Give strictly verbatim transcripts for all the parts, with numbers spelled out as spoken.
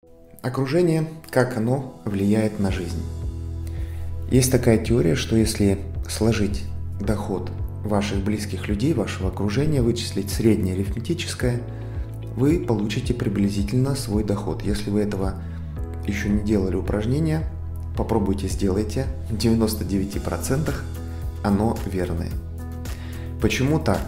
Окружение, как оно влияет на жизнь. Есть такая теория, что если сложить доход ваших близких людей, вашего окружения, вычислить среднее арифметическое, вы получите приблизительно свой доход. Если вы этого еще не делали упражнения, попробуйте, сделайте. В девяноста девяти процентах оно верное. Почему так?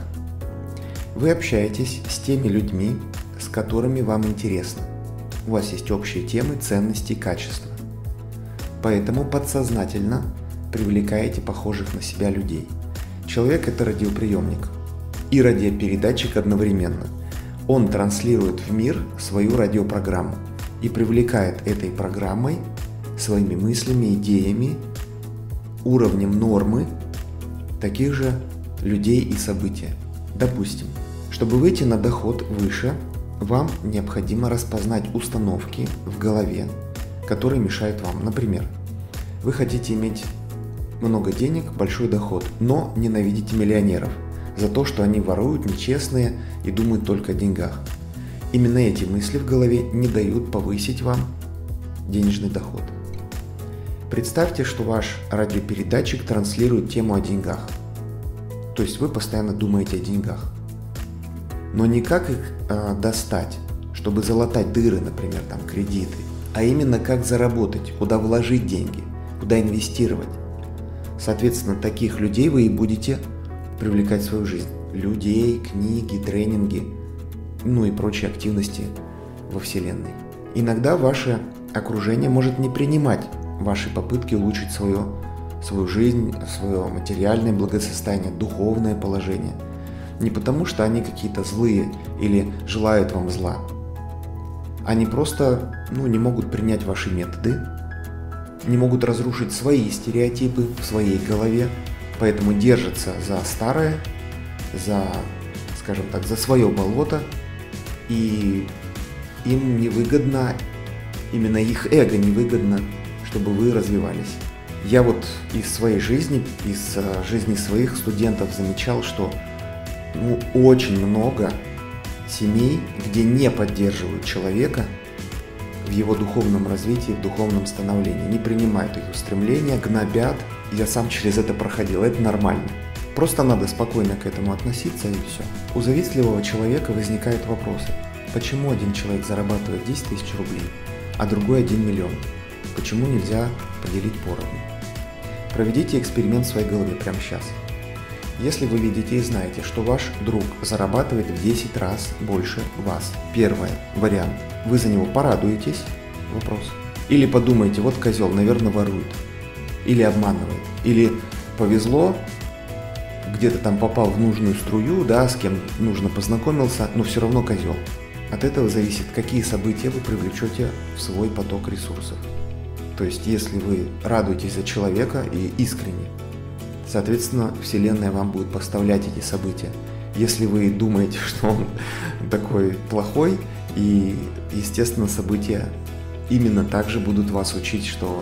Вы общаетесь с теми людьми, с которыми вам интересно. У вас есть общие темы, ценности, качества. Поэтому подсознательно привлекаете похожих на себя людей. Человек – это радиоприемник и радиопередатчик одновременно. Он транслирует в мир свою радиопрограмму и привлекает этой программой, своими мыслями, идеями, уровнем нормы таких же людей и события. Допустим, чтобы выйти на доход выше, вам необходимо распознать установки в голове, которые мешают вам. Например, вы хотите иметь много денег, большой доход, но ненавидите миллионеров за то, что они воруют, нечестные и думают только о деньгах. Именно эти мысли в голове не дают повысить вам денежный доход. Представьте, что ваш радиопередатчик транслирует тему о деньгах. То есть вы постоянно думаете о деньгах. Но не как их э, достать, чтобы залатать дыры, например, там кредиты, а именно как заработать, куда вложить деньги, куда инвестировать. Соответственно, таких людей вы и будете привлекать в свою жизнь. Людей, книги, тренинги, ну и прочие активности во Вселенной. Иногда ваше окружение может не принимать ваши попытки улучшить свое, свою жизнь, свое материальное благосостояние, духовное положение. Не потому, что они какие-то злые или желают вам зла. Они просто ну, не могут принять ваши методы, не могут разрушить свои стереотипы в своей голове, поэтому держатся за старое, за, скажем так, за свое болото, и им невыгодно, именно их эго невыгодно, чтобы вы развивались. Я вот из своей жизни, из жизни своих студентов замечал, что ну, очень много семей, где не поддерживают человека в его духовном развитии, в духовном становлении, не принимают их устремления, гнобят. Я сам через это проходил, это нормально. Просто надо спокойно к этому относиться и все. У завистливого человека возникают вопросы. Почему один человек зарабатывает десять тысяч рублей, а другой один миллион? Почему нельзя поделить поровну? Проведите эксперимент в своей голове прямо сейчас. Если вы видите и знаете, что ваш друг зарабатывает в десять раз больше вас, первый вариант, вы за него порадуетесь, вопрос, или подумаете, вот козел, наверное, ворует, или обманывает, или повезло, где-то там попал в нужную струю, да, с кем нужно познакомился, но все равно козел. От этого зависит, какие события вы привлечете в свой поток ресурсов. То есть, если вы радуетесь за человека и искренне, соответственно, Вселенная вам будет поставлять эти события. Если вы думаете, что он такой плохой, и, естественно, события именно так же будут вас учить, что,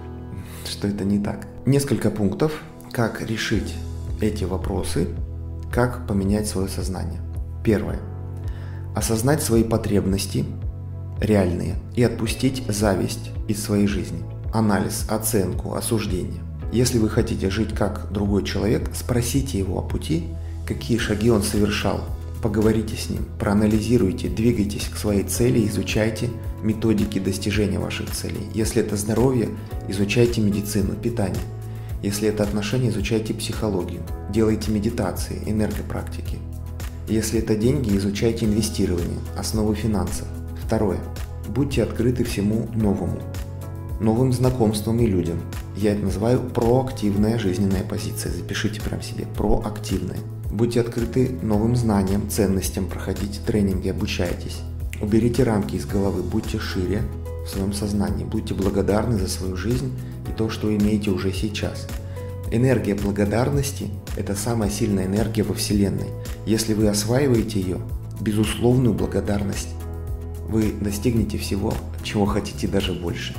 что это не так. Несколько пунктов, как решить эти вопросы, как поменять свое сознание. Первое. Осознать свои потребности реальные и отпустить зависть из своей жизни. Анализ, оценку, осуждение. Если вы хотите жить как другой человек, спросите его о пути, какие шаги он совершал. Поговорите с ним, проанализируйте, двигайтесь к своей цели, изучайте методики достижения ваших целей. Если это здоровье, изучайте медицину, питание. Если это отношения, изучайте психологию, делайте медитации, энергопрактики. Если это деньги, изучайте инвестирование, основы финансов. Второе. Будьте открыты всему новому, новым знакомствам и людям. Я это называю проактивная жизненная позиция. Запишите прям себе. Проактивная. Будьте открыты новым знаниям, ценностям, проходите тренинги, обучайтесь. Уберите рамки из головы, будьте шире в своем сознании. Будьте благодарны за свою жизнь и то, что имеете уже сейчас. Энергия благодарности – это самая сильная энергия во Вселенной. Если вы осваиваете ее, безусловную благодарность, вы достигнете всего, чего хотите, даже больше.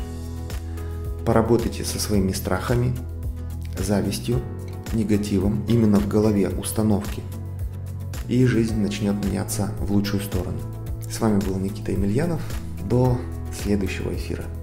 Поработайте со своими страхами, завистью, негативом, именно в голове установки, и жизнь начнет меняться в лучшую сторону. С вами был Никита Емельянов. До следующего эфира.